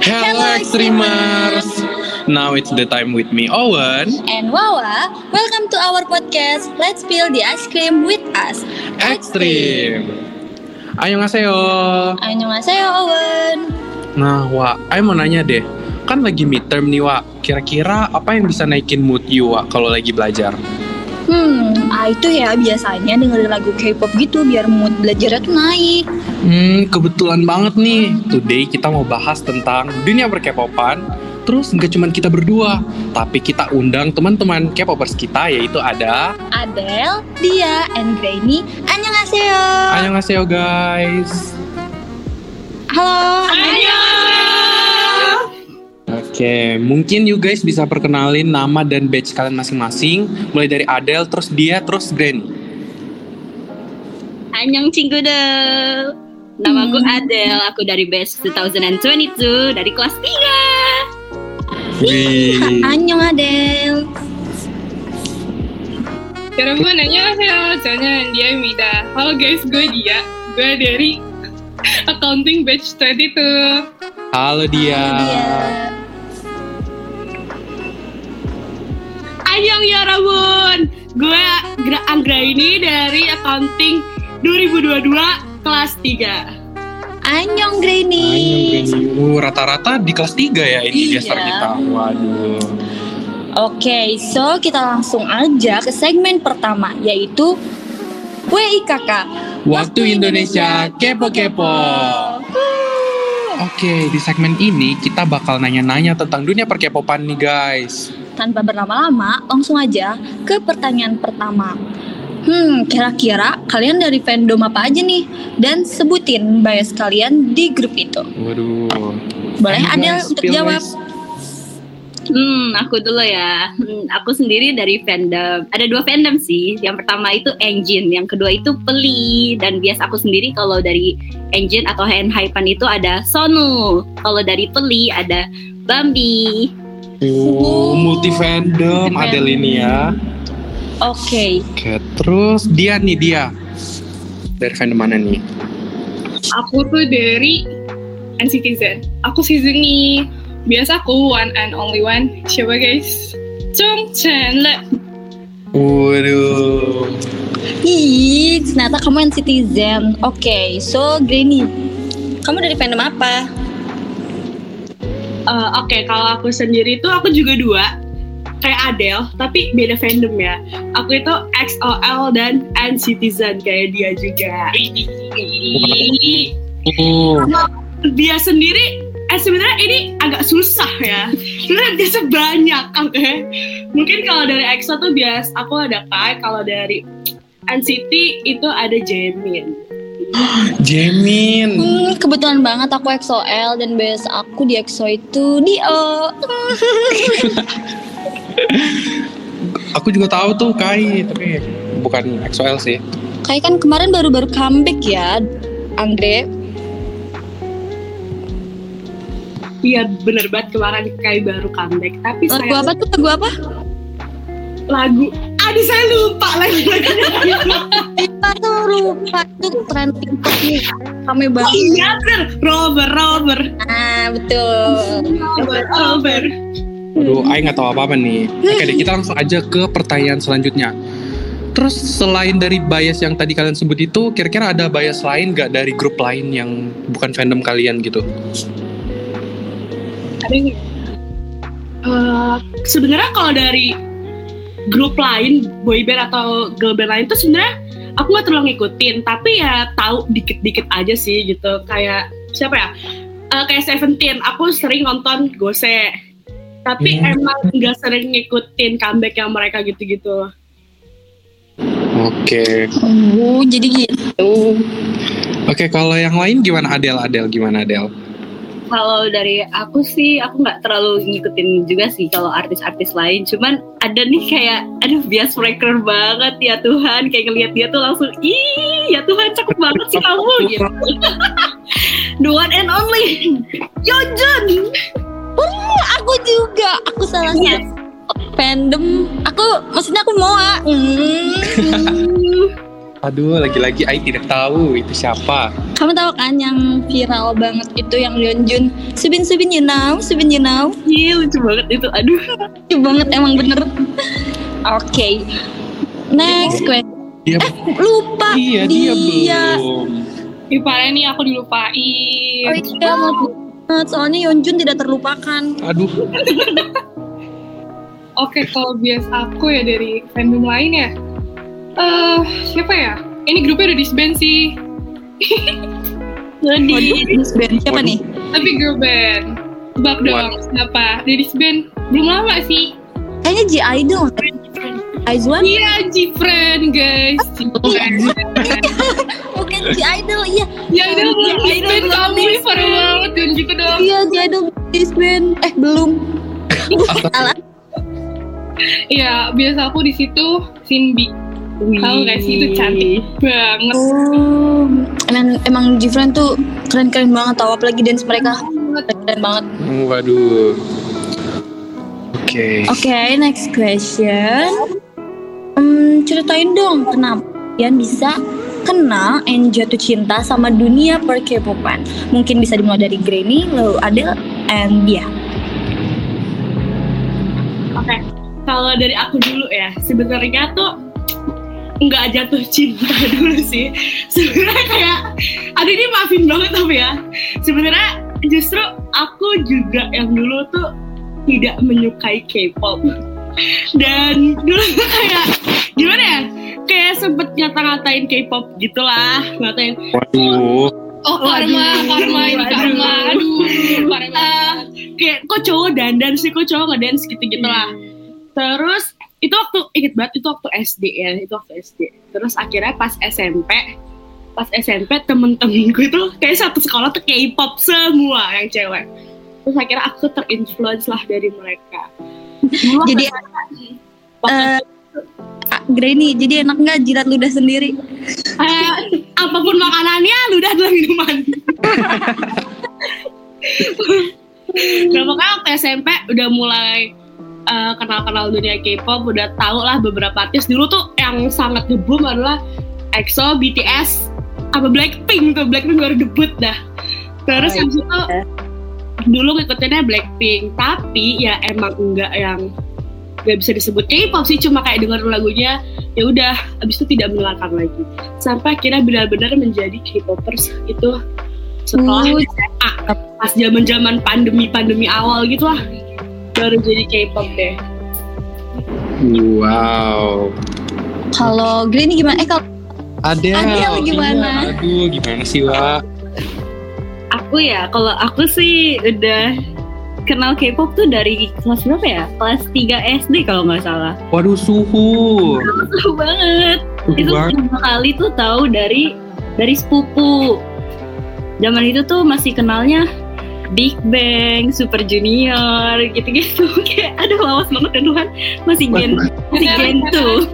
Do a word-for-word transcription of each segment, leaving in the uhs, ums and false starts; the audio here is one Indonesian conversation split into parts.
Hello Extremers. Now it's the time with me, Owen and Wawa. Welcome to our podcast. Let's peel the ice cream with us, Extreme. Annyeonghaseyo. Annyeonghaseyo, Owen. Nah, Wak, Ayo mau nanya deh. Kan lagi midterm nih, Wak. Kira-kira apa yang bisa naikin mood you, Wak, kalau lagi belajar? Hmm, ah itu ya biasanya dengerin lagu K-pop gitu biar mood belajarnya tuh naik. Hmm, kebetulan banget nih. Today kita mau bahas tentang dunia per-K-popan. Terus nggak cuma kita berdua, tapi kita undang teman-teman K-popers kita, yaitu ada Adele, Dia, and Grainy. Annyeonghaseyo. Annyeonghaseyo guys. Halo. Annyeonghaseyo. Oke, mungkin you guys bisa perkenalin nama dan batch kalian masing-masing. Mulai dari Adele, terus Dia, terus Grainy. Annyeong Cinggude. Nama aku hmm. Adele, aku dari batch dua ribu dua puluh dua, dari kelas tiga. Wih. Annyeong Adele. 여러분 안녕하세요. 저는 Dia입니다. Halo guys, gue Dia. Gue dari accounting batch dua puluh dua. Halo Dia. Halo Dia. Annyeong 여러분. Gue Anggra ini dari accounting dua ribu dua puluh dua kelas tiga. Annyeong Grainy. Annyeong Grainy. Uh, rata-rata di kelas tiga ya ini iya. Dasar kita. Waduh. Oke, okay, so kita langsung aja ke segmen pertama, yaitu W I K K. Waktu Indonesia Kepo-Kepo. Oke, okay, di segmen ini kita bakal nanya-nanya tentang dunia per-K-popan nih guys. Tanpa berlama-lama, langsung aja ke pertanyaan pertama. Hmm, kira-kira kalian dari fandom apa aja nih? Dan sebutin bias kalian di grup itu. Waduh. Boleh Adele untuk jawab. Guys. Hmm, aku dulu ya. Hmm, aku sendiri dari fandom. Ada dua fandom sih. Yang pertama itu Engine, yang kedua itu Peli. Dan bias aku sendiri kalau dari Engine atau Henhypen itu ada Sonu. Kalau dari Peli ada Bambi. Oh, multi fandom Adele ini ya. Oke. Okay. Oke, terus Dia nih Dia. Dari fandom mana nih? Aku tuh dari N C T Z. Aku season ini. Biasa aku one and only one. Siapa guys? Jung Chenle. Waduh. Ih, ternyata kamu Citizen. Oke, okay, so Grainy, kamu dari fandom apa? Uh, Oke, okay, kalau aku sendiri tuh aku juga dua. Kayak Adele, tapi beda fandom ya. Aku itu X O L dan N-Citizen kayak dia juga. Oh. Dia sendiri, eh sebenarnya ini agak susah ya. Sebenarnya biasa banyak, oke. Okay? Mungkin kalau dari X O tuh biasa aku ada Kai, kalau dari N C T itu ada Jaemin. Jaemin. Hmm, kebetulan banget aku X O L dan bias aku di X O itu Dio. Aku juga tahu tuh Kai, tapi bukan X O L sih. Kai kan kemarin baru-baru comeback ya, Andre. Iya bener banget kemarin Kai baru comeback. Tapi lagu saya apa tuh? Lagu apa? Lagu. Aduh saya lupa lagu-lagunya. Kita tuh lupa tuh trending nih. Kami banget. Oh iya bener. Rover, Rover. Ah betul. Rover, Rover. Waduh, Ay nggak tahu apa-apa nih. Oke deh, kita langsung aja ke pertanyaan selanjutnya. Terus selain dari bias yang tadi kalian sebut itu, kira-kira ada bias lain nggak dari grup lain yang bukan fandom kalian gitu? Ada uh, sebenarnya kalau dari grup lain, boyband atau girlband lain tuh sebenarnya aku nggak terlalu ngikutin, tapi ya tahu dikit-dikit aja sih gitu. Kayak siapa ya? Uh, kayak Seventeen, aku sering nonton Gose, tapi hmm. emang nggak sering ngikutin comeback yang mereka gitu-gitu. Oke. Okay. Oh jadi gitu. Oke, okay, kalau yang lain gimana Adele? Adele gimana Adele? Kalau dari aku sih, aku nggak terlalu ngikutin juga sih kalau artis-artis lain. Cuman ada nih kayak, aduh bias breaker banget ya Tuhan. Kayak ngelihat dia tuh langsung, ih ya Tuhan cakep banget sih kamu gitu. The one and only Yeonjun. Oh, aku juga, aku salah yes. satu fandom. Aku, maksudnya aku Moa. Hmm. Aduh, lagi-lagi Ai tidak tahu itu siapa. Kamu tahu kan yang viral banget itu yang Yeonjun, Subin Subin you know, Subin you know. Iya lucu banget itu, aduh. Lucu banget emang bener. Oke, okay. Next question. Dia, eh lupa iya, dia, dia belum. Ih parah nih aku dilupain. Oh iya maaf banget, soalnya Yeonjun tidak terlupakan. Aduh. Oke, kalau bias aku ya dari fandom lain ya. Eh uh, siapa ya? Ini grupnya udah disband sih. Jadi disband siapa nih? Tapi girl band. Tebak dong, kenapa? Udah disband belum lama sih. Kayaknya G-Idol. Aizwan? Iya, G-Friend guys. Bukan G-Idol, iya. G-Idol belum disband, kamu nih parah banget dan gitu dong. Iya, G-Idol disband. Eh, belum. Salah. Iya, biasa aku di situ Sinbi. Tahu gak sih itu cantik banget. Oh, emang emang G-Friend tuh keren-keren banget tau, apalagi dance mereka keren banget. Waduh. Oke. Okay. Oke, okay, next question. Um, ceritain dong kenapa kalian bisa kenal and jatuh cinta sama dunia per K-popan. Mungkin bisa dimulai dari Granny, lalu Adele, and Dia. Oke, okay. Kalau dari aku dulu ya, sebenarnya tuh nggak jatuh cinta dulu sih. Sebenarnya kayak, aduh ini maafin banget tapi ya. Sebenarnya justru aku juga yang dulu tuh tidak menyukai K-pop. Dan dulu tuh kayak gimana ya? Kayak sempet ngata-ngatain K-pop gitulah, ngatain. Waduh. Oh karma, karma ini karma. Aduh, parah banget. Uh, kayak kok cowok dandan sih, kok cowok ngedance gitu-gitulah. Terus itu waktu inget banget itu waktu S D ya, itu waktu S D. Terus akhirnya pas S M P, pas S M P temen-temenku itu kayak satu sekolah tuh K-pop semua yang cewek. Terus akhirnya aku terinfluence lah dari mereka. Dulu jadi uh, Granny, jadi enak nggak jilat ludah sendiri? Uh, apapun makanannya, ludah adalah minuman. Nah pokoknya waktu S M P udah mulai Uh, kenal-kenal dunia K-pop, udah tau lah beberapa artis. Dulu tuh yang sangat nge-boom adalah E X O, B T S, apa Blackpink tuh, Blackpink baru debut dah. Terus oh, habis itu dulu ngikutinnya Blackpink, tapi ya emang enggak yang gak bisa disebut K-pop sih, cuma kayak denger lagunya, ya udah, abis itu tidak mendengarkan lagi. Sampai akhirnya benar-benar menjadi K-popers itu setelah uh, S M A, pas zaman-zaman pandemi-pandemi awal gitu lah. Baru jadi K-pop deh. Wow. Kalau Granny gimana? Eh kalau Adele, Adele gimana? Iya, aduh gimana sih Wak? Aku ya, kalau aku sih udah kenal K-pop tuh dari kelas berapa ya? Kelas tiga S D kalau nggak salah. Waduh suhu. Suhu banget. Suhu itu banget. pertama kali tuh tahu dari dari sepupu. Zaman itu tuh masih kenalnya Big Bang, Super Junior, gitu-gitu. Kayak aduh lawas banget kan Tuhan. Masih gen, masih gen tuh.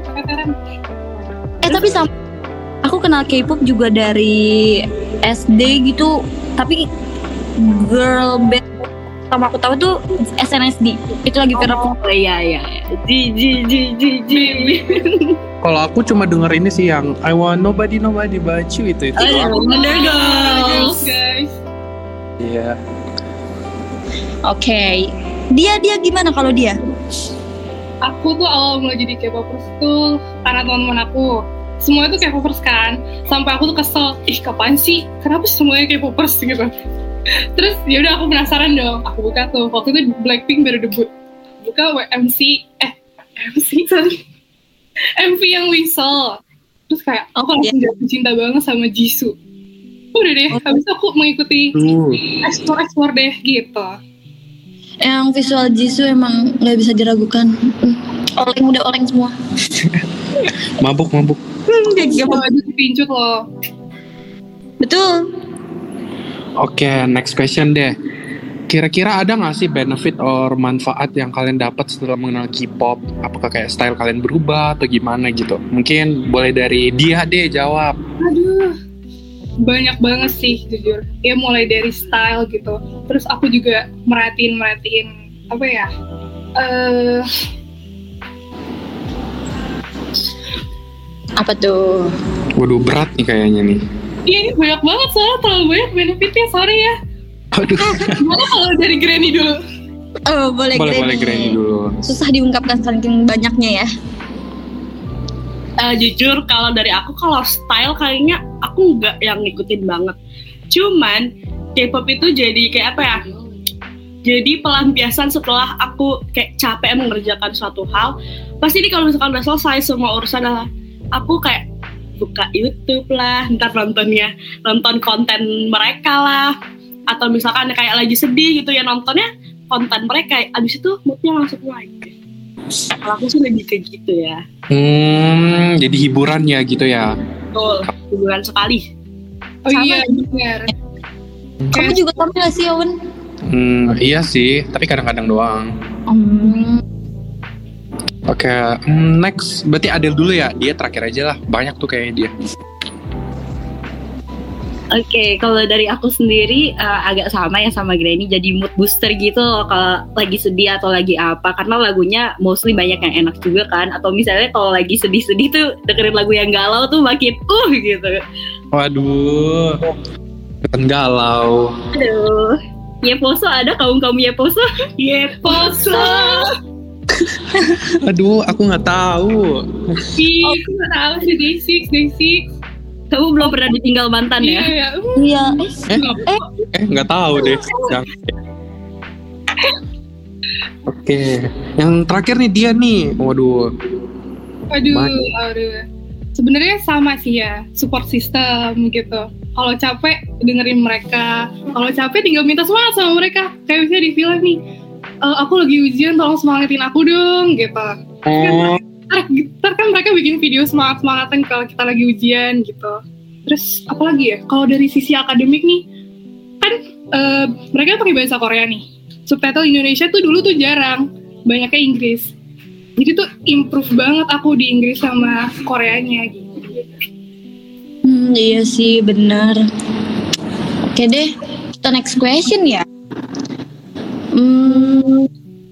Eh tapi sama aku kenal K-pop juga dari S D gitu. Tapi girl band sama aku tahu tuh S N S D. Itu lagi viral. Oh iya iya. Ji ji ji ji ji. Kalau aku cuma denger ini sih yang I want nobody nobody but you itu itu. Oh iya, Wonder Girls Girls. guys. Iya. Oke, okay. dia dia gimana kalau dia? Aku tuh awal mulai jadi K-popers tuh karena teman-teman aku. Semua itu K-popers kan. Sampai aku tuh kesel, ih kapan sih? Kenapa semuanya K-popers gitu? Terus ya udah aku penasaran dong. Aku buka tuh. Waktu itu Blackpink baru debut. Buka W M C, eh M C sorry, M V yang Whistle. Terus kayak aku langsung jatuh cinta banget sama Jisoo. Udah deh, habis itu aku mengikuti explore-explore deh gitu. Yang visual Jisoo emang nggak bisa diragukan. Oleng udah oleng semua. Mabuk mabuk. Gak mau aja dipincut loh. Betul. Oke, okay, next question deh. Kira-kira ada nggak sih benefit or manfaat yang kalian dapat setelah mengenal K-pop? Apakah kayak style kalian berubah atau gimana gitu? Mungkin boleh dari Dia deh jawab. Aduh, banyak banget sih jujur. Ya mulai dari style gitu. Terus aku juga merhatiin merhatiin apa ya? Uh, Apa tuh? Waduh, berat nih kayaknya nih. Iya ini banyak banget soalnya terlalu banyak benefitnya, sorry ya. Aduh. Gimana kalau dari Granny dulu? Oh, boleh boleh Granny. boleh Granny dulu. Susah diungkapkan saking banyaknya ya. Uh, jujur kalau dari aku kalau style kayaknya aku nggak yang ngikutin banget. Cuman K-pop itu jadi kayak apa ya? Jadi pelampiasan setelah aku kayak capek mengerjakan suatu hal. Pasti nih kalau misalkan udah selesai semua urusan, aku kayak buka YouTube lah, ntar nontonnya nonton konten mereka lah. Atau misalkan kayak lagi sedih gitu ya nontonnya konten mereka. Abis itu moodnya langsung naik. Kalau aku sih lebih ke gitu ya. Hmm, jadi hiburan ya gitu ya. Betul, hiburan sekali. Oh Sama. iya benar. Kamu juga sama gak sih, Owen? Hmm, iya sih, tapi kadang-kadang doang. Hmm. Oke, hmm, next. Berarti Adele dulu ya. Dia terakhir aja lah. Banyak tuh kayaknya dia. Oke, okay, kalau dari aku sendiri uh, agak sama ya sama Granny, jadi mood booster gitu loh kalau lagi sedih atau lagi apa, karena lagunya mostly banyak yang enak juga kan, atau misalnya kalau lagi sedih-sedih tuh dengerin lagu yang galau tuh makin uh gitu. Waduh, kan galau. Aduh, Yeposo ada kaum-kaum Yeposo? Yeposo. Aduh, aku nggak tahu. Ih, aku nggak tahu sih day six, day six. Kamu belum pernah ditinggal mantan ya? Iya, ya. Iya. Eh, eh nggak tahu deh. Yang... Oke, yang terakhir nih dia nih. Waduh. Aduh, Banyak. aduh. Sebenarnya sama sih ya, support system gitu. Kalau capek dengerin mereka, kalau capek tinggal minta semangat sama mereka. Kayak misalnya di film nih, e, aku lagi ujian, tolong semangatin aku dong, gitu. Oh, Ntar, ntar kan mereka bikin video semangat-semangatan kalau kita lagi ujian gitu. Terus apalagi ya, kalau dari sisi akademik nih, kan uh, mereka pakai bahasa Korea nih. Subtitle Indonesia tuh dulu tuh jarang, banyaknya Inggris. Jadi tuh improve banget aku di Inggris sama Koreanya gitu. Hmm, iya sih, benar. Oke deh, kita next question ya. Hmm,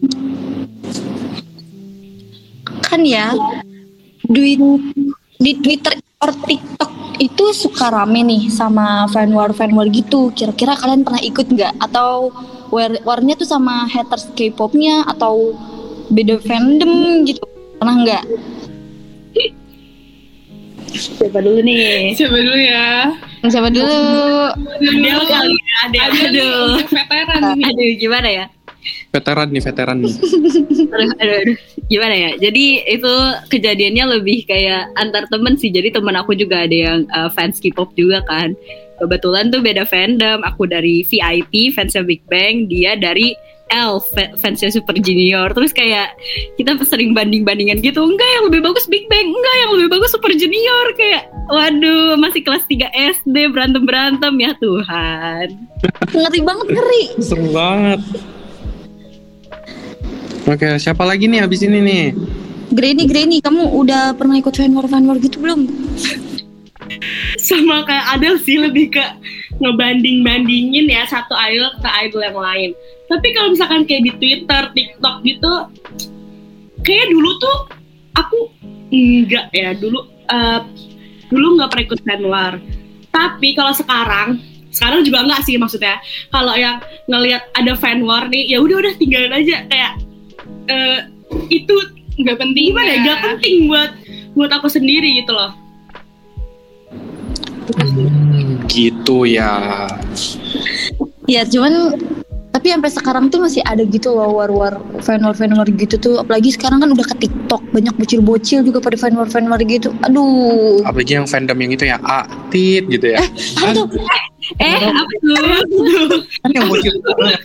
kan ya di, di Twitter or TikTok itu suka rame nih sama fan war fan war gitu. Kira-kira kalian pernah ikut nggak? Atau war warnya tuh sama haters K-popnya atau beda fandom gitu? Pernah nggak? Siapa dulu nih? Siapa dulu ya? Siapa dulu? Adele kali ya, Adele. Ada nih, Aduh. udah veteran nih. Aduh, gimana ya? veteran nih, veteran nih. Aduh, aduh, aduh. Gimana ya? Jadi itu kejadiannya lebih kayak antar temen sih. Jadi temen aku juga ada yang uh, fans K-pop juga kan. Kebetulan tuh beda fandom. Aku dari V I P, fansnya Big Bang. Dia dari L, fansnya Super Junior. Terus kayak kita sering banding-bandingan gitu. Enggak, yang lebih bagus Big Bang. Enggak, yang lebih bagus Super Junior. Kayak waduh, masih kelas tiga S D berantem-berantem ya Tuhan. Ngeri banget, ngeri. Seru banget. Oke, siapa lagi nih abis ini nih? Granny, Granny, kamu udah pernah ikut fan war fan war gitu belum? Sama kayak Adele sih, lebih ke ngebanding-bandingin ya satu idol ke idol yang lain. Tapi kalau misalkan kayak di Twitter, TikTok gitu, kayak dulu tuh aku enggak ya, dulu uh, dulu nggak pernah ikut fan war. Tapi kalau sekarang, sekarang juga enggak sih maksudnya. Kalau yang ngelihat ada fan war nih, ya udah udah tinggalin aja kayak uh, itu Nggak penting gimana ya, ya. nggak penting buat buat aku sendiri gitu loh. Hmm, gitu ya. Ya cuman tapi sampai sekarang tuh masih ada gitu loh war-war fan war fan war gitu tuh. Apalagi sekarang kan udah ke TikTok, banyak bocil-bocil juga pada fan war fan war gitu. Aduh. Apalagi yang fandom yang itu ya, A, tit gitu ya. Aduh. Eh, apa tuh? Kan yang bocil banget.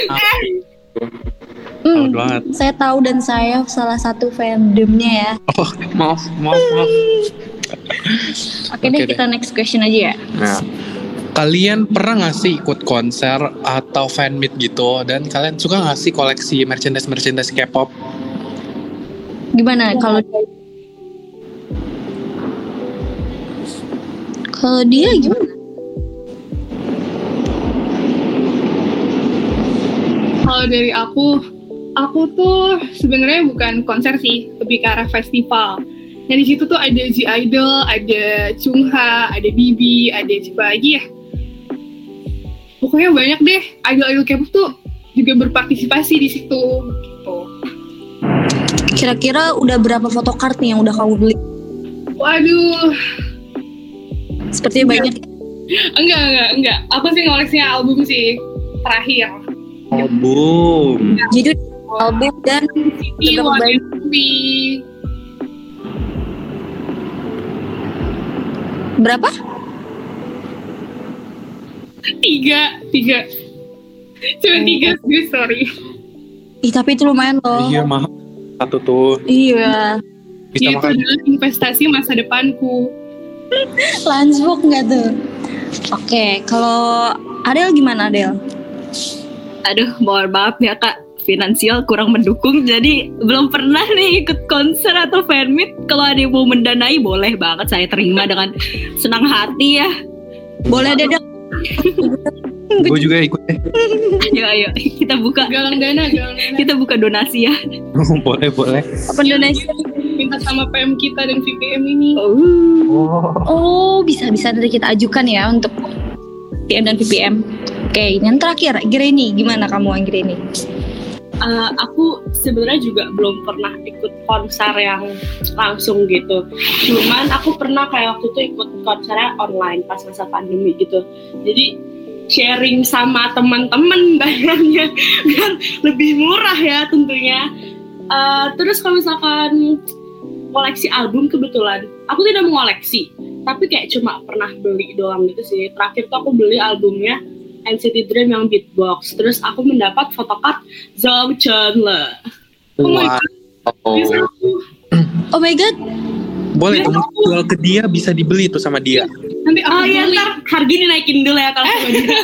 Hmm, Tahu banget. saya tahu dan saya salah satu fandomnya ya. Oh, maaf, maaf, maaf. Oke Oke deh, deh. kita next question aja ya. Nah, kalian pernah gak sih ikut konser atau fan meet gitu? Dan kalian suka gak sih koleksi merchandise-merchandise K-pop? Gimana kalau kalau dia gimana? Kalau dari aku, aku tuh sebenarnya bukan konser sih, lebih ke arah festival. Yang di situ tuh ada G-Idol, ada Chungha, ada Bibi, ada siapa lagi ya? Pokoknya banyak deh. Idol-idol K-pop tuh juga berpartisipasi di situ. Gitu. Kira-kira udah berapa photocard nih yang udah kamu beli? Waduh. Sepertinya banyak. Enggak, enggak, enggak. Aku sih ngoleksinya album sih. Terakhir. Album. Jadi album dan City, Tetap One baik. and Two. berapa? Tiga, tiga. Cuma tiga sih, sorry. Ih tapi itu lumayan loh. Iya mahal satu tuh. Iya. Bisa Itu makan. adalah investasi masa depanku. Lunchbox nggak tuh? Oke, kalau Adel gimana Adel? Aduh, mohon maaf ya kak, finansial kurang mendukung, jadi belum pernah nih ikut konser atau fanmeet. Kalau ada yang mau mendanai, boleh banget, saya terima dengan senang hati ya. Boleh Dedek? Gue juga ikut deh. Ayo, ayo, kita buka, Galang dana, galang dana. kita buka donasi ya. boleh boleh. Open donation. Minta sama P M kita dan V P M ini. Oh. Oh, bisa-bisa nanti kita ajukan ya untuk V P M dan V P M. Oke, yang terakhir, Granny, gimana kamu yang Granny? Uh, aku sebenarnya juga belum pernah ikut konser yang langsung gitu. Cuman aku pernah kayak waktu itu ikut konsernya online pas masa pandemi gitu. Jadi sharing sama teman-teman bayarnya biar lebih murah ya tentunya. Uh, terus kalau misalkan koleksi album, kebetulan aku tidak mengoleksi, tapi kayak cuma pernah beli doang gitu sih. Terakhir tuh aku beli albumnya N C T Dream yang beatbox. Terus aku mendapat photocard Zhang Chenle. Oh my god. Bisa aku. Oh my god. Boleh Ya, kamu jual ke dia, bisa dibeli tuh sama dia. Nanti aku Oh iya, beli. ntar harga dinaikin dulu ya kalau sama dia.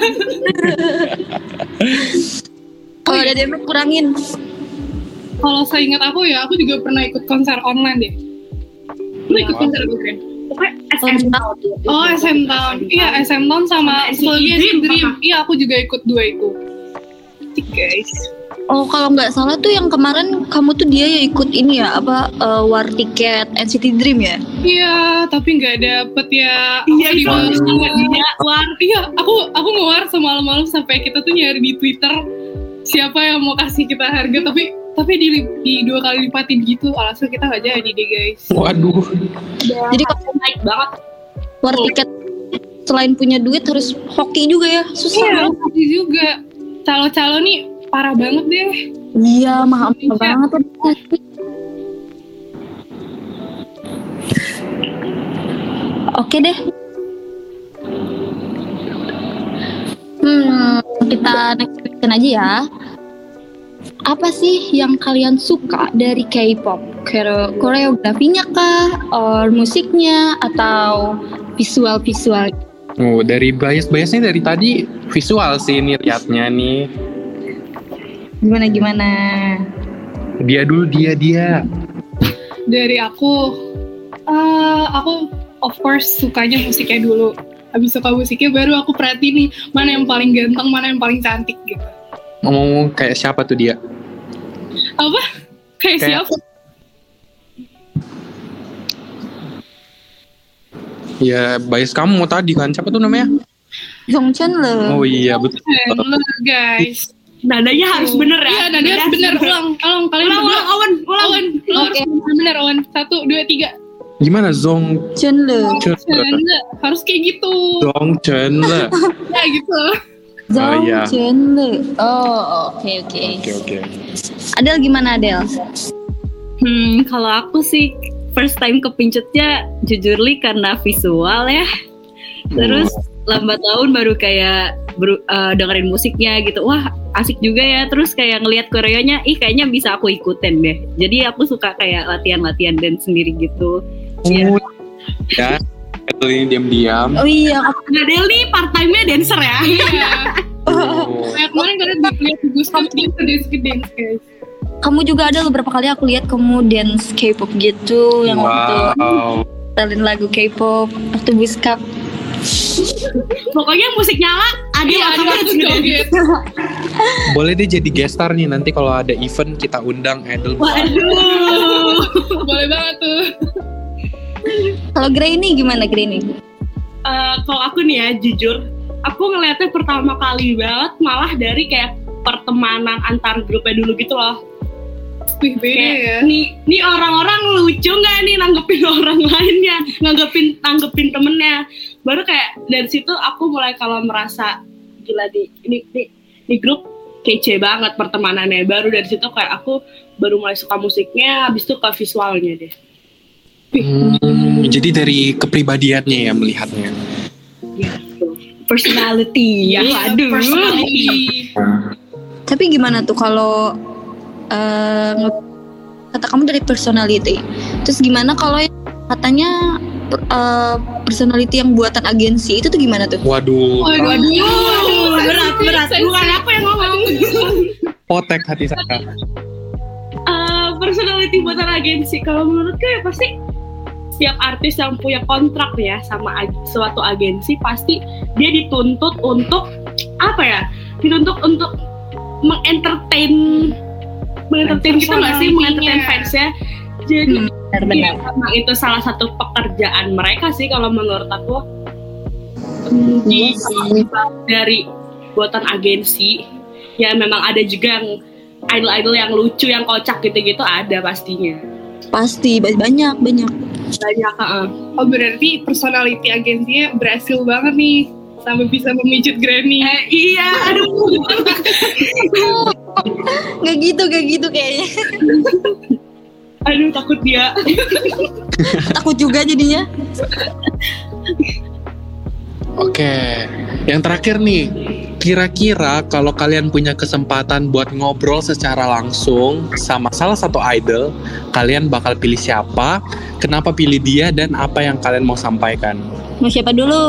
Kalau ada Demet kurangin. Kalau saya ingat aku ya, aku juga pernah ikut konser online deh. Lu ikut konser apa kan? Pokoknya S M Town. Oh, S M Town. Iya, S M Town sama Sama N C T Slowly Dream, Dream. apa? Iya, aku juga ikut dua itu. Guys. Oh kalau nggak salah tuh yang kemarin kamu tuh dia yang ikut ini ya apa uh, war tiket N C T Dream ya? Iya, tapi nggak dapet ya. Aku Iya, sedih itu banget. banget dia war. Iya, aku aku ngewar semalam-malam sampai kita tuh nyari di Twitter siapa yang mau kasih kita harga, tapi tapi di, di dua kali lipatin gitu. Alasan kita nggak jadi deh guys. Waduh. Jadi kalau Naik banget. war tiket selain punya duit harus hoki juga ya, susah. Iya, banget. aku juga. Calo-calo nih parah banget deh. Iya, mahal Iya. banget. Oke deh. Hmm, kita next question aja ya. Apa sih yang kalian suka dari K-pop? Kore- Koreografinya kah, or musiknya, atau visual-visual? Oh, dari bias-biasnya dari tadi visual sih ini liatnya nih. Gimana gimana? Dia dulu dia dia. Dari aku, eh aku of course sukanya musiknya dulu. Habis suka musiknya baru aku perhatiin nih mana yang paling ganteng, mana yang paling cantik gitu. Ngomong kayak siapa tuh dia? Apa? Kayak, Kayak- siapa? Ya bias kamu tadi kan, siapa tuh namanya? Jong Chenle. Oh iya betul. Lo guys. Nadanya harus bener ya. Iya, nanti harus bener. Ulang, ulang. Kalian Ulang, berdua. ulang, Owen, ulang. Owen, lo Oke. harus bener, Owen. Satu, dua, tiga. Gimana Zong Chenle. Chen? Enggak, harus kayak gitu. Zong Chen lah. Ya gitu. Jong iya. Chenle. Oh, oke oke. Oke oke. Adel gimana Adel? Hmm, kalau aku sih first time kepincutnya jujur li karena visual ya. Terus lambat tahun baru kayak ber, uh, dengerin musiknya gitu. Wah, asik juga ya. Terus kayak ngelihat koreonya, ih kayaknya bisa aku ikutin deh. Jadi aku suka kayak latihan-latihan dance sendiri gitu. Iya. Oh, ya. Itu ini diam-diam. Oh iya, Nah, Del nih part time-nya dancer ya. Iya. Oh. Kayak kemarin kalian lihat di Gustav dia ke dance ke dance guys. kamu juga ada beberapa kali aku lihat kamu dance K-pop gitu yang waktu Wow. setelin lagu K-pop waktu Buskap. Pokoknya musik nyala, ada Iya, yang ada akan waktu joget. Boleh deh jadi guest star nih nanti kalau ada event kita undang Idol. Waduh. Boleh banget tuh. Kalau Granny gimana Granny? Eh, kalau aku nih ya jujur, aku ngeliatnya pertama kali banget malah dari kayak pertemanan antar grupnya dulu gitu loh. Wih, beda Kayak, ya. nih, nih orang-orang lucu nggak nih nanggepin orang lainnya, nanggepin nanggepin temennya. Baru kayak dari situ aku mulai kalau merasa gila di ini di, di grup kece banget pertemanannya. Baru dari situ kayak aku baru mulai suka musiknya, habis itu ke visualnya deh. Hmm, jadi dari kepribadiannya ya melihatnya. Personality. Ya, Iya, aduh. personality. Tapi gimana tuh kalau uh, nge- kata kamu dari personality. Terus gimana kalau yang katanya uh, personality yang buatan agensi itu tuh gimana tuh? Waduh, Waduh, Waduh, berat berat. Bukan aku yang ngomong. potek hati saya. Uh, personality buatan agensi kalau menurutku ya pasti setiap artis yang punya kontrak ya sama ag- suatu agensi pasti dia dituntut untuk apa ya? Dituntut untuk mengentertain mengentertain gitu nggak sih? Mengentertain fans ya. Jadi Benar-benar. ya, emang itu salah satu pekerjaan mereka sih kalau menurut aku. Hmm, di dari buatan agensi ya memang ada juga yang idol-idol yang lucu, yang kocak gitu-gitu ada pastinya. Pasti banyak banyak. Banyak, heeh. Oh, berarti personality agensinya berhasil banget nih sampai bisa memijit Granny. Eh, iya, aduh. Gak gitu gak gitu kayaknya. Aduh, takut dia. Takut juga jadinya. Oke, yang terakhir nih, kira-kira kalau kalian punya kesempatan buat ngobrol secara langsung sama salah satu idol, kalian bakal pilih siapa, kenapa pilih dia, dan apa yang kalian mau sampaikan? Mau siapa dulu?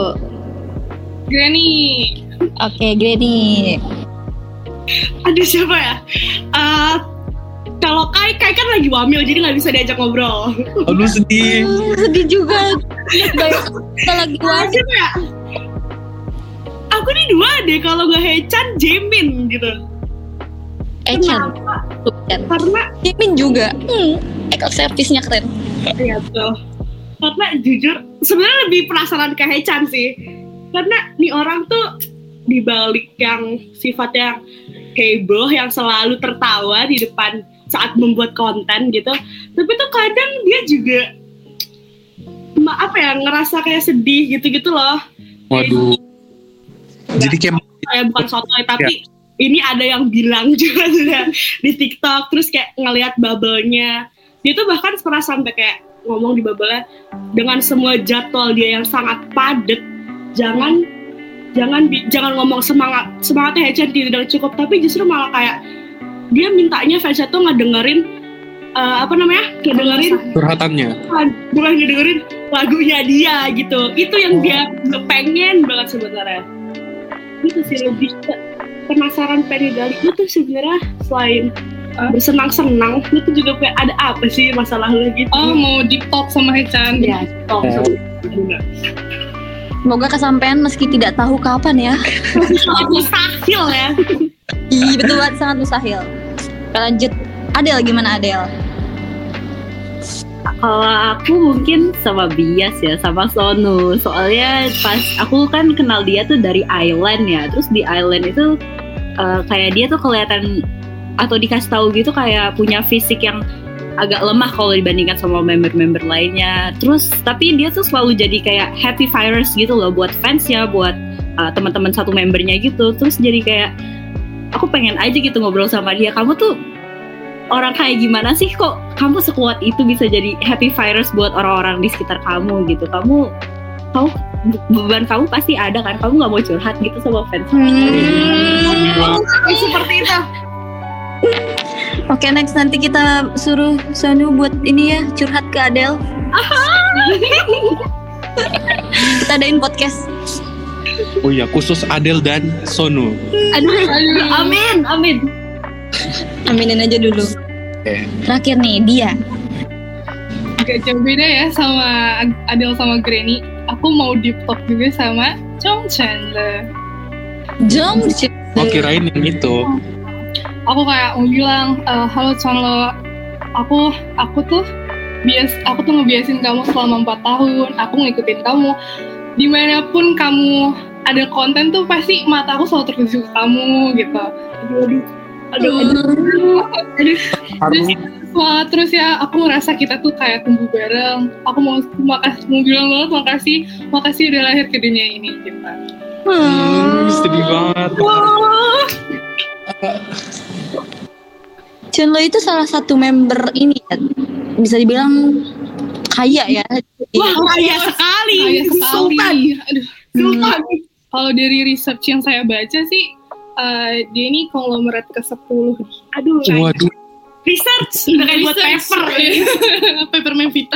Granny. Oke, Granny. Aduh, siapa ya? Eh, kalau Kai, Kai kan lagi wamil, jadi nggak bisa diajak ngobrol. Aduh sedih. Hmm, sedih juga. Kita lagi Ah, was. siapa ya? Aku nih dua deh, kalau nggak Hechan, Jaemin gitu. Echan. Kenapa? Karena Jimin juga. Hmm, ekor servisnya keren. Iya betul. Karena jujur sebenarnya lebih penasaran ke Hechan sih. Karena nih orang tuh dibalik yang sifatnya heboh, yang selalu tertawa di depan saat membuat konten gitu. Tapi tuh kadang dia juga ma- apa ya ngerasa kayak sedih gitu-gitu loh. Waduh. Jadi kayak Kayak bukan sotoy tapi ini ada yang bilang juga sudah di TikTok, terus kayak ngelihat bubble-nya. Dia tuh bahkan pernah sampai kayak ngomong di bubble-nya, dengan semua jadwal dia yang sangat padat, jangan jangan bi- jangan ngomong semangat semangatnya Hechan tidak cukup, tapi justru malah kayak dia mintanya fansnya tuh ngedengerin uh, apa namanya ngedengerin curhatannya. bukan ngedengerin lagunya dia gitu. Itu yang dia pengen banget sebenarnya. Itu sih lebih ke penasaran pengen gali itu sebenarnya selain uh, bersenang-senang itu juga kayak ada apa sih masalah lu gitu. Oh, mau deep talk sama Hechan. Ya, talk Ya. sama Semoga kesampaian meski tidak tahu kapan ya. sangat mustahil ya. Iya betul banget, sangat mustahil. Kita lanjut. Adel gimana Adel? Kalau aku mungkin sama Bias ya, sama Sonu. Soalnya pas aku kan kenal dia tuh dari Island ya. Terus di Island itu uh, kayak dia tuh kelihatan atau dikasih tahu gitu kayak punya fisik yang agak lemah kalau dibandingkan sama member-member lainnya. Terus tapi dia tuh selalu jadi kayak happy virus gitu loh buat fansnya, buat uh, teman-teman satu membernya gitu. Terus jadi kayak aku pengen aja gitu ngobrol sama dia. Kamu tuh orang kayak gimana sih, kok kamu sekuat itu bisa jadi happy virus buat orang-orang di sekitar kamu gitu. Kamu kamu beban kamu pasti ada kan, kamu nggak mau curhat gitu sama fans. Hmm. Seperti itu. Oke, next nanti kita suruh Sonu buat ini ya, curhat ke Adel. Kita adain podcast. Oh iya, khusus Adel dan Sonu. Aduh, amin, amin. Aminin aja dulu. Oke. Terakhir nih dia. Gak jauh beda ya sama Adel sama Granny. Aku mau deep talk juga sama Chong Chandler. Jong. Oh kirain yang itu. Aku kayak mau bilang, e, halo Chandler, aku aku tuh bias aku tuh ngebiasin kamu selama empat tahun. Aku ngikutin kamu dimanapun kamu ada konten tuh pasti mataku selalu tertuju ke kamu gitu. Aduh, aduh, aduh, aduh, aduh. Terus, wah, terus ya aku ngerasa kita tuh kayak tumbuh bareng. Aku mau makasih, mau bilang banget makasih, makasih udah lahir ke dunia ini gitu. Hmm, sedih banget. Wah. Chunlo itu salah satu member ini ya, bisa dibilang kaya ya. Wah, kaya sekali. Kaya sekali. Sultan. Aduh, Sultan. Kalau dari research yang saya baca sih, uh, dia ini konglomerat ke sepuluh. Aduh. Waduh. Research udah kayak buat paper. Paper Memvita.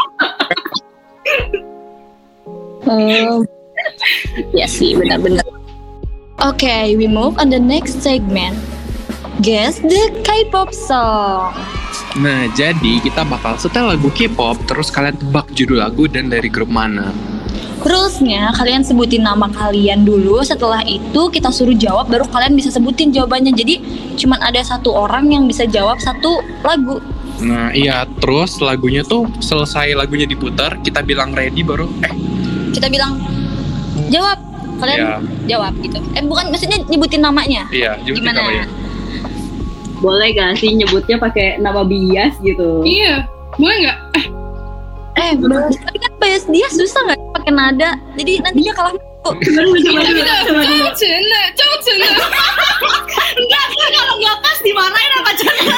Oh, ya sih benar-benar. Oke, okay, we move on the next segment. Guess the K-pop song. Nah, jadi kita bakal setel lagu K-pop, terus kalian tebak judul lagu dan dari grup mana. Rulesnya kalian sebutin nama kalian dulu. Setelah itu kita suruh jawab, baru kalian bisa sebutin jawabannya. Jadi cuman ada satu orang yang bisa jawab satu lagu. Nah iya, terus lagunya tuh selesai lagunya diputar, kita bilang ready baru eh Kita bilang jawab, kalian Iya. jawab gitu. Eh bukan, maksudnya nyebutin namanya. iya jemput Gimana? namanya. Boleh gak sih nyebutnya pakai nama bias gitu? Iya, boleh nggak? Eh, Eh, bias, tapi kan bias dia susah nggak pakai nada. Jadi nanti dia kalah. Coba dulu, coba dulu, coba dulu. Cina, jauh Cina. Enggak, kalau nggak pas dimarahin apa caranya?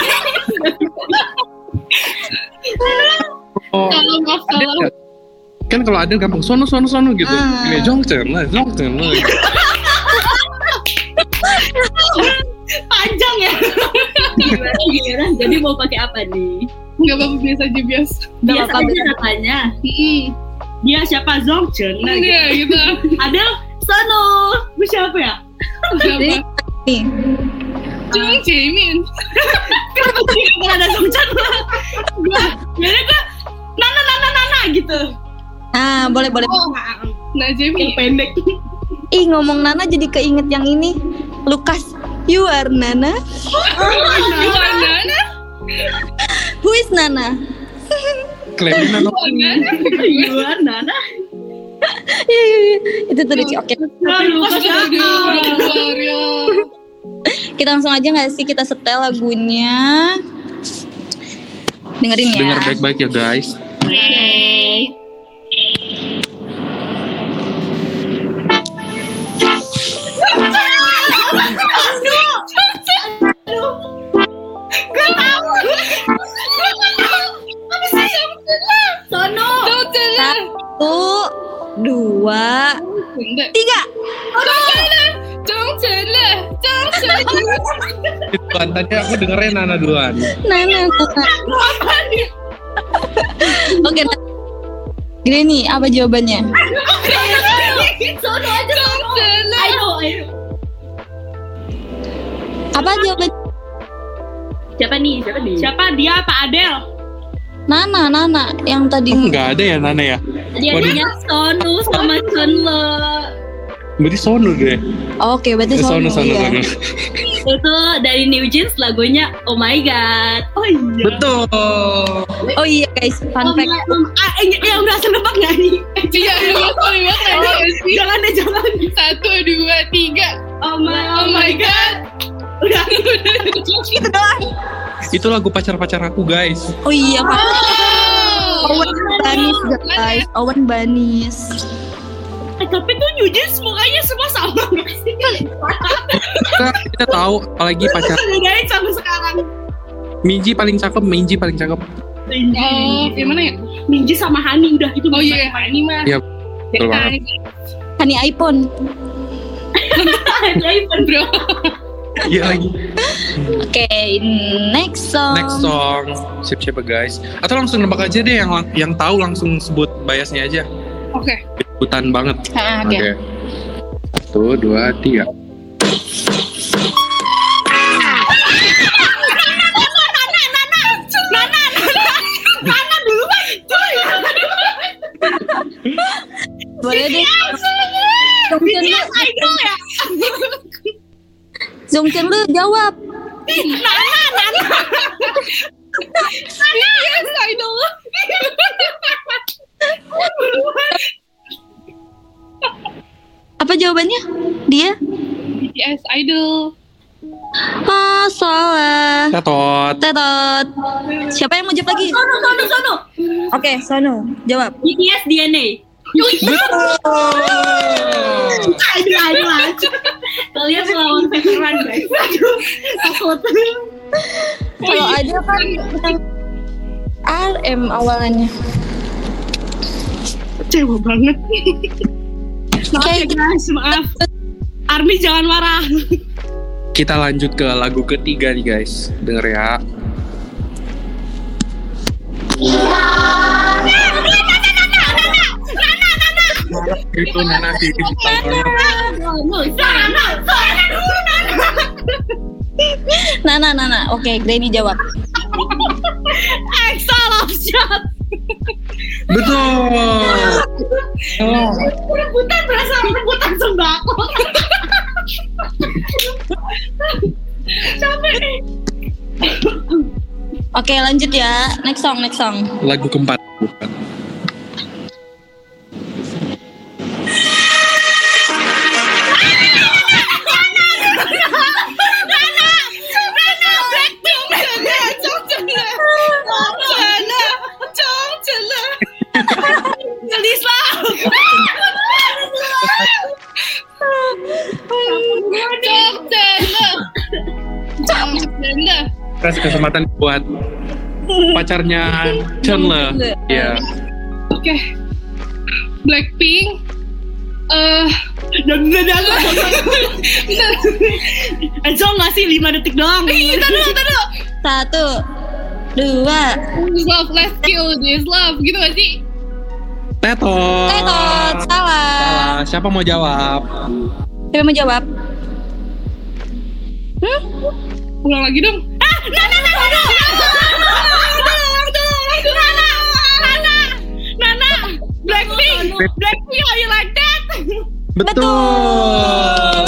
Oh, Kalau maaf ada kalau. nggak? Kan kalau ada gampang sono sono sono gitu. Ah. Ini Jongchen lah, Jongchen lah. Panjang ya. Gimana, gimana? Jadi mau pakai apa nih? Nggak apa-apa, biasa aja biasa. Biasa apa-apa, aja biasa. namanya. Hmm, Dia siapa? Zongchen. Nah, gitu. iya gitu. Ada Sono. Gue siapa ya? Siapa? Nih, Jung Jimin. Kalau ada Zongchen gue, biasanya gue Nana Nana Nana gitu. ah boleh boleh. Oh, nah Jimin. Yang pendek. Ih, ngomong Nana jadi keinget yang ini. Lukas, you are Nana. Nana. Who is Nana? Klaimnya nama. Luar Nana. Iya, iya, iya. Itu tuh lucu. Oke, Aduh, pas siapa? kita langsung aja nggak sih kita setel lagunya. Dengerin ya. Dengar baik-baik ya guys. Oke. Sono. Satu, dua, tiga. Duluan tadi aku dengerin Nana duluan. Nana, Nana. Oke, nah. Gini nih, apa jawabannya? Sono aja. Sono. Ayo, ayo. Apa jawabannya? Siapa nih? Siapa nih? Siapa dia? Pak Adel. Nana, Nana yang tadi. Oh, nggak ada ya Nana ya? Dia Waduh. dia Sono sama Chunlo. Berarti Sono deh. Oke, berarti Eh, Sono, Sono, Sono, iya. Sono. Itu dari New Jeans lagunya Oh My God. Oh iya. Betul. Oh iya guys, fun Oh fact. my- oh, Ah, yang, yang berhasil nebak nggak nih? Iya, Jangan deh, jangan. Satu, dua, tiga. Oh my, Oh my god. Udah. Itu lagu pacar-pacar aku guys. Oh iya, Pak. Oh. Owen Banis guys, Owen Banis. Eh, tapi tuh New Jeans mukanya semua sama nggak sih? Kita, kita tahu apalagi pacar Bedain sama sekarang. Minji paling cakep, Minji paling cakep. Oh, gimana ya? Minji sama Hani udah itu. Oh iya, ini mah. Iya, betul banget. Hani iPhone. iPhone bro. Iya lagi. Oke, next song. Next song. Siap-siap ya guys. Atau langsung nebak aja deh yang lang- yang tahu langsung sebut biasnya aja. Oke. Ikutan banget. Ah, Oke. Oke. Satu, dua, tiga. Boleh deh. Zongchen lu, Idol ya. Zongchen lu jawab. Yes, idol. Apa jawabannya? Dia? B T S Idol. Oh, salah. Tetot. Tetot. Siapa yang mau jawab lagi? Sono, Sono, Sono. Oke, Sono, jawab. B T S D N A. Aduh, aduh, aduh. Kalian melawan veteran, guys. Aduh, takut. Kalau ada kan yang R M awalnya. Kecewa banget. Maaf ya guys, maaf. Army jangan marah. Kita lanjut ke lagu ketiga nih guys. Denger ya. Itu Nana sih. Nana, Nana. Oke, Granny jawab. Extra love shot. Betul. Oh. Rebutan berasa rebutan sembako. Capek nih. Oke, lanjut ya. Next song, next song. Lagu keempat. Bukan. Kasih kesempatan buat pacarnya Chandler. Ya. Oke. Blackpink. Eh, Dan udah jalan. Enzo ngasih lima detik doang. Ih, tar dulu, tar dulu. Satu, dua. This love, let's kill this love. Gitu gak sih? Tetot. Tetot, salah. Salah. Siapa mau jawab? Siapa mau jawab? Ulang lagi dong. Ah, Nana, Nana, Nana. Nana, Nana, Blackpink, Blackpink, how you like that? Betul.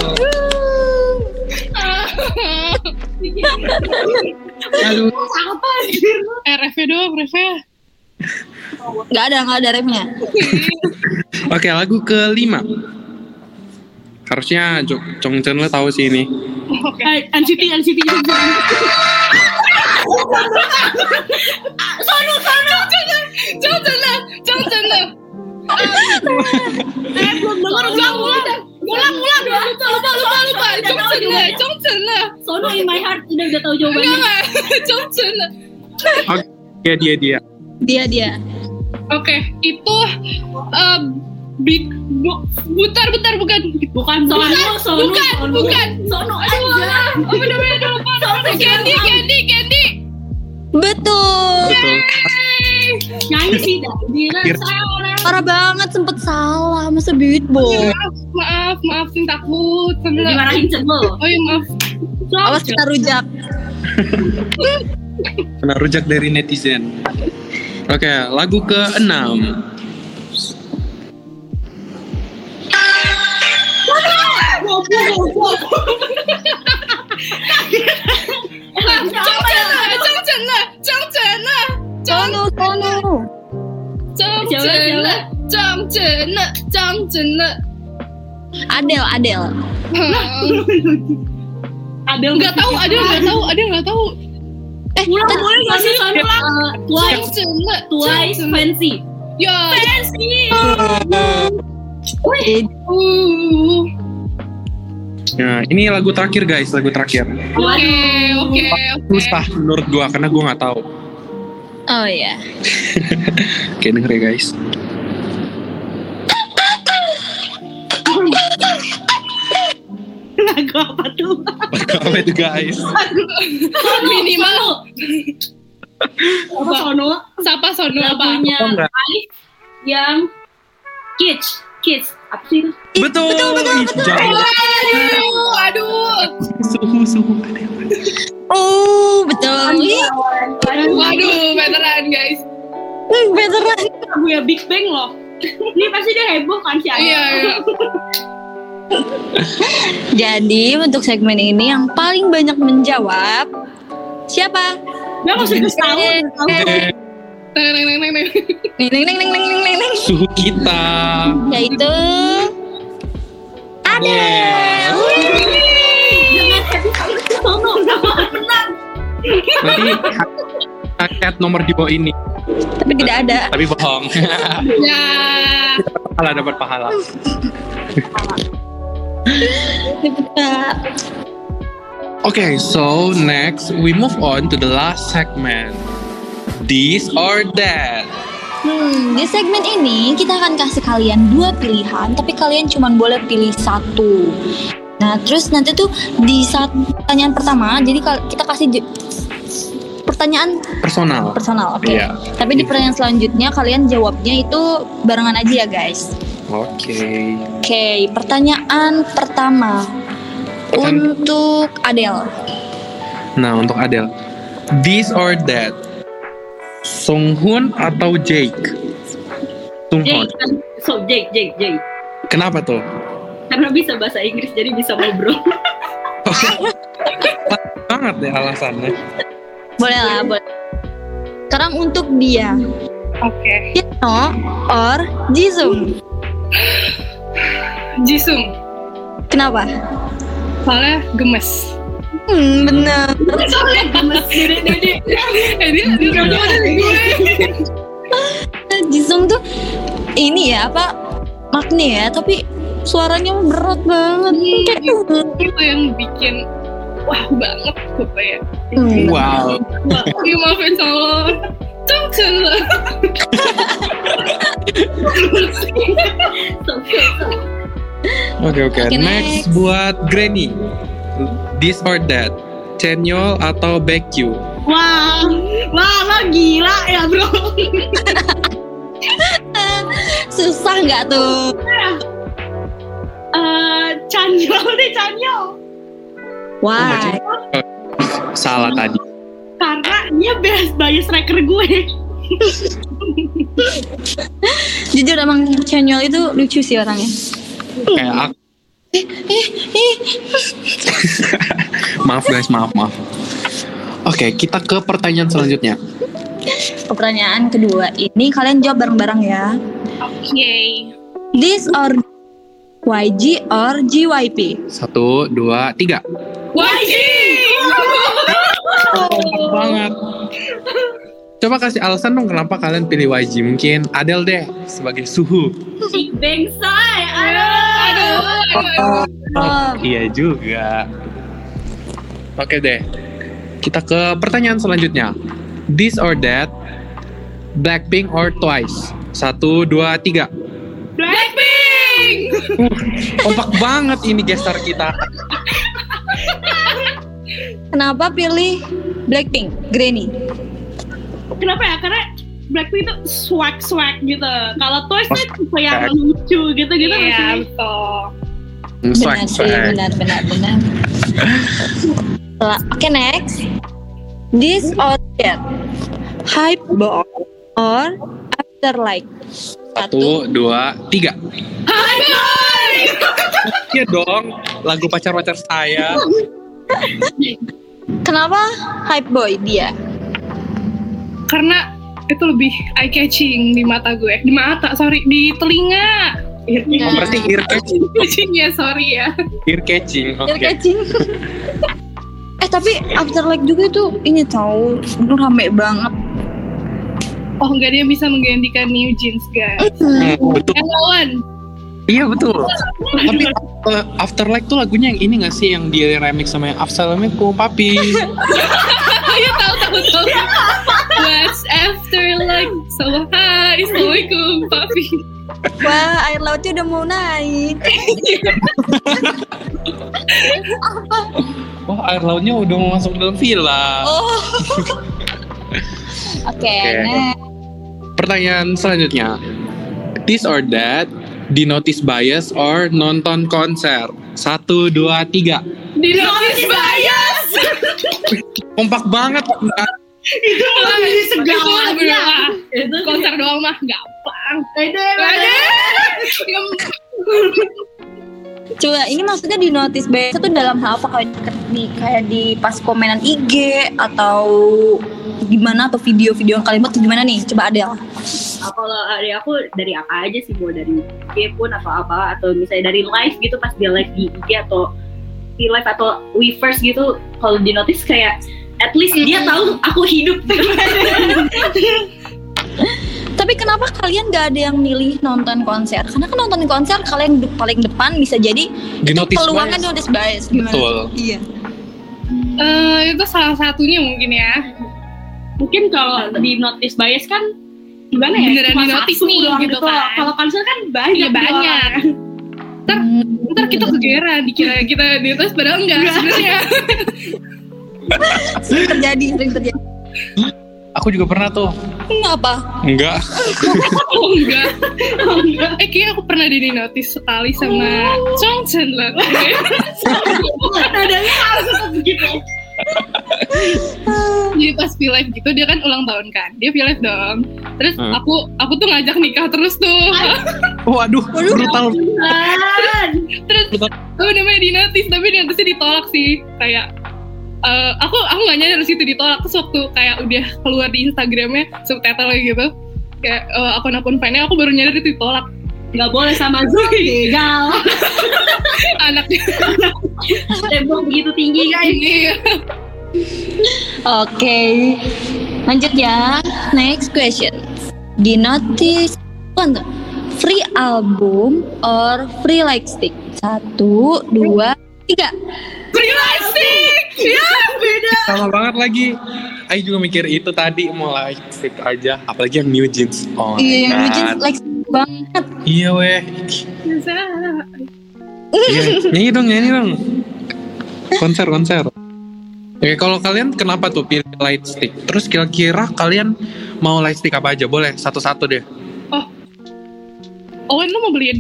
Aduh. Apa sih? Eh, refnya dong, refnya. Gak ada, gak ada remnya. Oke, lagu kelima. Harusnya Jo- Chong Chen lo tahu sih ini. Oke, N C T, N C T. Sono, sono, jangan, jangan, jangan. Eh, belum dengar Ulang, ulang, ulang, ulang. Lupa, lupa, lupa, lupa. Chongchen le, Chongchen le. Sono in my heart udah udah tahu jawabannya. Enggak, enggak. Chongchen le. Oke, dia dia. Dia, dia. Oke, itu eh, beat, bu, butar, butar, bukan. Bukan Sono, Sono. Bukan, Sono. bukan. Sono Aduh, aja. oh bener-bener udah lupa. Candy, Candy, Candy. Betul. Betul. Nyanyi sih dah. Akhir. Parah banget, sempet salah. Masa beatbox. Maaf, maaf, maaf, Cing, takut. Sebelah. Dimarahin Cendol. Oh iya, maaf. Awas kita rujak. Kena rujak dari netizen. Oke, lagu keenam. Chongchen le, Chongchen le, Chongchen le. Sono, Sono. Chongchen le, Chongchen le, Chongchen le. Adele, Adele. Adel Nggak tahu, Adel nggak tahu, Adel nggak tahu. Eh, Ulang, tadi- boleh nggak sih Sono ulang? Uh, Twice, Chongchen le, Twice, Fancy. Ya. Fancy. Uh. Nah, ini lagu terakhir guys, lagu terakhir. Oke, oke, oke. Susah menurut gua karena gua nggak tahu. Oh iya. Oke, denger ya guys. Lagu apa tuh? Lagu apa itu guys? Minimal. Apa Sono? Siapa Sono apa? Lagunya Tahu nggak? Alif yang Kids, Kids. Apa sih itu? Betul. Ih, jauh. Aduh, aduh. Suhu suhu. Oh, betul. Waduh, veteran guys. Hmm, veteran. Lagu ya Big Bang loh. Ini pasti dia heboh kan si Ayah. Iya, iya. Jadi untuk segmen ini yang paling banyak menjawab siapa? Dia masih gue tahu. Oke. Neng neng neng neng neng. Neng neng neng neng neng neng neng. Suhu kita. Yaitu Adele. Jangan happy banget sono, udah banget menang. Nanti angkat nomor di bawah ini. tapi tidak ada. Tapi bohong. Ya. Pahala dapat pahala. Tidak. Okay, so next we move on to the last segment. This or that. Hmm, di segmen ini kita akan kasih kalian dua pilihan, tapi kalian cuma boleh pilih satu. Nah, terus nanti tuh di saat pertanyaan pertama, jadi kal- kita kasih j- pertanyaan Personal. personal, oke. Iya. Tapi di pertanyaan selanjutnya kalian jawabnya itu barengan aja ya, guys. Oke. Oke, pertanyaan pertama Pertanyaan- untuk Adele. Nah, untuk Adele. This or that. Sunghoon atau Jake? Sunghoon. Jake, kan? So Jake, Jake, Jake. Kenapa tuh? Karena bisa bahasa Inggris jadi bisa ngobrol. Banget deh alasannya. Boleh lah, boleh. Sekarang untuk dia, Oke. Jeno or Jisung? Jisung. Kenapa? Soalnya gemes. Hmm, bener. Soalnya gemes diri-diri. Eh dia dia udah ada gue. Jisung tuh ini ya apa Magni ya, tapi suaranya berat banget. Kayak, Itu yang bikin wah banget apa ya. hmm. Wow. Oke, maafin sama Tunggu lah. So, so, so. Oke oke. Oke, Next next. buat Granny. This or that. Chenyol atau Baekhyun? Wah, wah lo gila ya bro. Susah nggak tuh? Eh, Chanyeol deh Chanyeol. Wah, Salah tadi. Karena dia best bias striker gue. jujur emang Chenyol itu lucu sih orangnya. Kayak aku. Maaf guys, maaf maaf. Oke, kita ke pertanyaan selanjutnya. Pertanyaan kedua ini kalian jawab bareng-bareng ya. Oke. This or Y G or J Y P? Satu, dua, tiga. Wajib. Kompak banget. Coba kasih alasan dong kenapa kalian pilih Y G. Mungkin Adele deh sebagai Suhu. Big Bang say. Aduh. Aduh. aduh. Oh, Iya juga. Oke deh. Kita ke pertanyaan selanjutnya. This or that. Blackpink or Twice? Satu, dua, tiga. Blackpink. Kompak banget ini gestar kita. kenapa pilih Blackpink, Granny? Kenapa ya? Karena Blackpink itu swag-swag gitu. Kalau Twice Oh, itu tipe yang swag. lucu gitu-gitu nggak Iya, sih? betul. Swag, Benar sih, swag. benar, benar, benar. Setelah- Oke, next. This or that. Hype boy or Afterlife? Satu, dua, tiga. Iya dong, lagu pacar-pacar saya. Kenapa Hype boy dia? Karena itu lebih eye catching di mata gue. Di mata, sorry, di telinga. Oh, berarti ear catching. Catching ya, sorry ya. Ear catching, oke. Ear catching. eh tapi Afterlife juga itu ini tahu itu rame banget. Oh, enggak, dia bisa menggantikan New Jeans, guys. Hmm, betul. Yang lawan. Iya betul. Tapi uh, Afterlife tuh lagunya yang ini nggak sih yang dia remix sama yang Assalamualaikum Papi? Iya, tahu tahu tahu. What's afterlife? So hi, assalamualaikum, papi. Wah, air lautnya udah mau naik. Wah, air lautnya udah mau masuk dalam villa. Oh. Oke, Oke. next. Pertanyaan selanjutnya. This or that, di notice bias or nonton konser? Satu, dua, tiga. Di notice bias. Kompak banget. Itu lebih segala Itu ya. bener. Itu Konser doang mah gampang. Ede, Ada. Coba ini maksudnya di notice bias itu dalam hal apa, kayak di kayak di pas komenan I G atau gimana, atau video-video kalimat atau gimana nih? Coba Adel. Ah, kalau dari aku dari apa aja sih, mau dari I G pun atau apa, atau misalnya dari live gitu pas dia live di I G atau di live atau Weverse gitu, kalau di notice kayak at least dia tahu aku hidup. Tapi kenapa kalian gak ada yang milih nonton konser? Karena kan nonton konser kalian de- paling depan bisa jadi Di itu notice peluangnya bias. di notice bias. Gimana? Betul. Iya. Eh, itu salah satunya mungkin ya. Mungkin kalau di notice bias kan gimana ya? Beneran Cuma di notice satu nih, doang gitu Kalau kan. kalau konser kan banyak. Iya, banyak. Ntar, Hmm. ntar kita kegeran dikira kita di atas padahal enggak sebenarnya. Sering terjadi, sering terjadi. Aku juga pernah tuh. Hmm, apa? Enggak. Oh enggak. Oh enggak. Eh kayaknya aku pernah di notice sekali sama Chong Chandler. Nadanya harus begitu. Jadi pas V-Live gitu dia kan ulang tahun kan. Dia V-Live dong. Terus Hmm. aku aku tuh ngajak nikah terus tuh. Waduh, brutal. Terus aku namanya di notice tapi di notice ditolak sih. Kayak eh, aku aku nggak nyadar situ ditolak. Terus waktu kayak udah keluar di Instagramnya subtitle gitu. Kayak eh, akun-akun fan-nya aku baru nyadar itu ditolak. Nggak boleh sama Zoom, legal. Anaknya. Tembok begitu tinggi guys. Iya. Oke. Lanjut ya. Next question. Di notice apa? Free album or free light stick? Satu, dua, tiga. Free stick. Ya beda. Sama banget lagi. Ayo juga mikir itu tadi, mau like stick aja. Apalagi yang New Jeans. Oh my Iya, yang God. lucu like stick banget. Iya weh. Bisa. Iya, nyanyi dong, nyanyi dong. Konser, konser. Oke, kalau kalian kenapa tuh pilih light stick? Terus kira-kira kalian mau light stick apa aja? Boleh satu-satu deh. Owen lu mau beliin?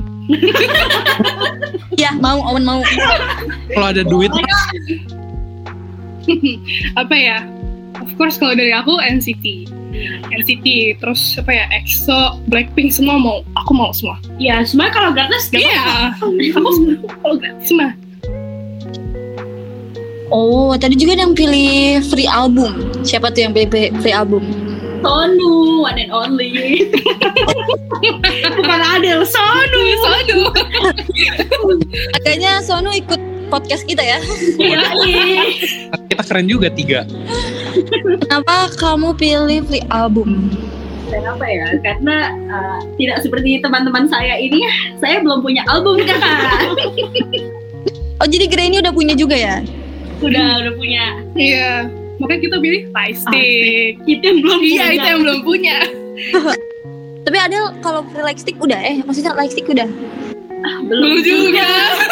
Ya, mau, Owen mau. Kalau ada duit, Apa ya? Of course kalau dari aku N C T. N C T terus apa ya? EXO, Blackpink semua mau. Aku mau semua. Ya sebenarnya kalau gratis gak Iya. Aku kalau gratis mah. Oh, tadi juga ada yang pilih free album. Siapa tuh yang pilih free album? Sonu, one and only. Bukan Adele, Sonu. Sonu. Kayaknya Sonu ikut podcast kita ya. Iya, iya. kita keren juga tiga. Kenapa kamu pilih free album? Kenapa ya? Karena uh, tidak seperti teman-teman saya ini, saya belum punya album kan. Oh, jadi Granny udah punya juga ya? Udah, udah punya. Iya. Makanya kita pilih light stick. Itu yang belum Iya, punya. itu yang belum punya. Tapi Adel kalau free light stick udah eh, maksudnya light stick udah. Ah, Belum juga.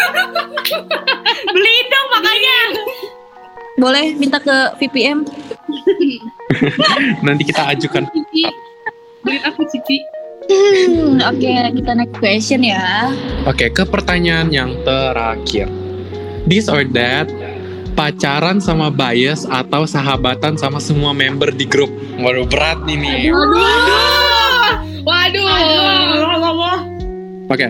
Beliin dong makanya. Boleh minta ke V P M? Nanti kita ajukan. Cici. Beliin aku Cici. Hmm, Oke, kita next question ya. Oke, ke pertanyaan yang terakhir. This or that, pacaran sama bias atau sahabatan sama semua member di grup? Waduh, berat ini. Waduh. Oke,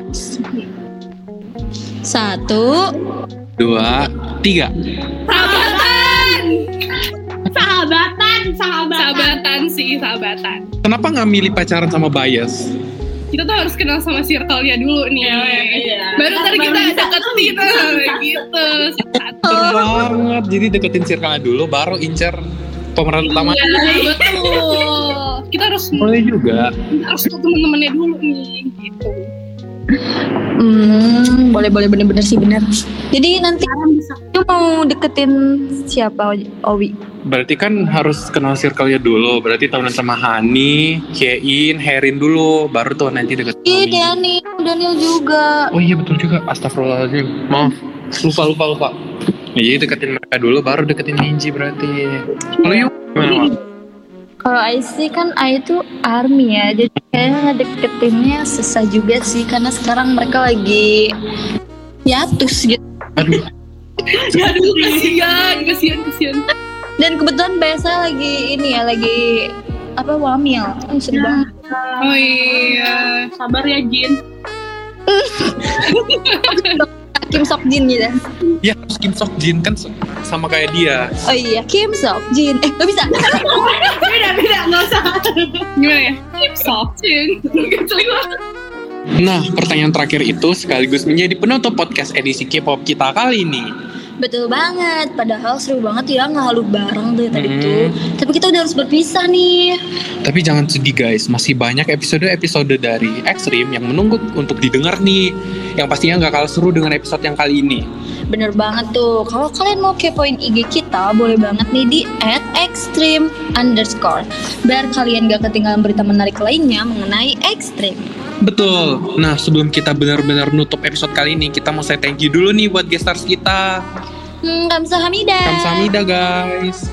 Satu, dua, tiga. Sahabatan. Sahabatan, sahabatan. Sahabatan sih, sahabatan. Kenapa nggak milih pacaran sama bias? Kita tuh harus kenal sama circle-nya dulu nih. Iya. Baru ntar kita bisa. deketin eh, gitu. Betul banget. Jadi deketin circle dulu, baru incer pemeran utama. Iya, betul. Kita harus Boleh juga. kita harus tahu teman-temannya dulu nih, gitu. hmm, boleh boleh bener-bener sih bener. Jadi nanti lu mau deketin siapa, Owi? Berarti kan harus kenal circle-nya dulu. Berarti temenan sama Hani, Kyein, Herin dulu, baru tuh nanti deket sama Iya, Mimi. Daniel, Daniel juga. Oh iya betul juga. Astagfirullahaladzim. Maaf. Lupa lupa lupa. Iya deketin mereka dulu, baru deketin Minji berarti. Kalau yuk gimana? Mak? Kalau I sih kan I itu army ya, jadi kayaknya deketinnya susah juga sih karena sekarang mereka lagi hiatus gitu. Aduh. Aduh, kasihan, kasihan, kasihan. Dan kebetulan biasa lagi ini ya, lagi apa wamil. Oh, sedih banget. Oh iya. Sabar ya Jin. Kim Sok Jin gitu. Ya Kim Sok Jin kan sama kayak dia. Oh iya, Kim Sok Jin. Eh, gak bisa. Beda beda nggak usah. Gimana ya? Keep soft-in. Nah, pertanyaan terakhir itu sekaligus menjadi penutup podcast edisi K-pop kita kali ini. Betul banget, padahal seru banget ya ngehalu bareng tuh tadi Hmm. tuh. Tapi kita udah harus berpisah nih. Tapi jangan sedih guys, masih banyak episode-episode dari Extreme yang menunggu untuk didengar nih. Yang pastinya gak kalah seru dengan episode yang kali ini. Bener banget tuh, kalau kalian mau kepoin I G kita, boleh banget nih di at extreme underscore. Biar kalian gak ketinggalan berita menarik lainnya mengenai Extreme. Betul. Nah, sebelum kita benar-benar nutup episode kali ini, kita mau say thank you dulu nih buat guest stars kita. Hmm, kamsahamnida. Kamsahamnida guys.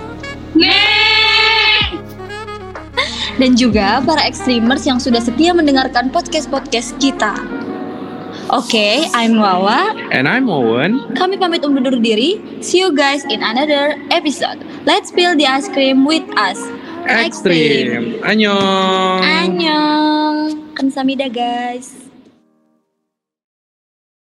Dan juga para Extremers yang sudah setia mendengarkan podcast-podcast kita. Oke, okay, I'm Wawa. And I'm Owen. Kami pamit undur diri. See you guys in another episode. Let's peel the ice cream with us. Extreme. Annyeong. Annyeong. Kamsahamnida guys.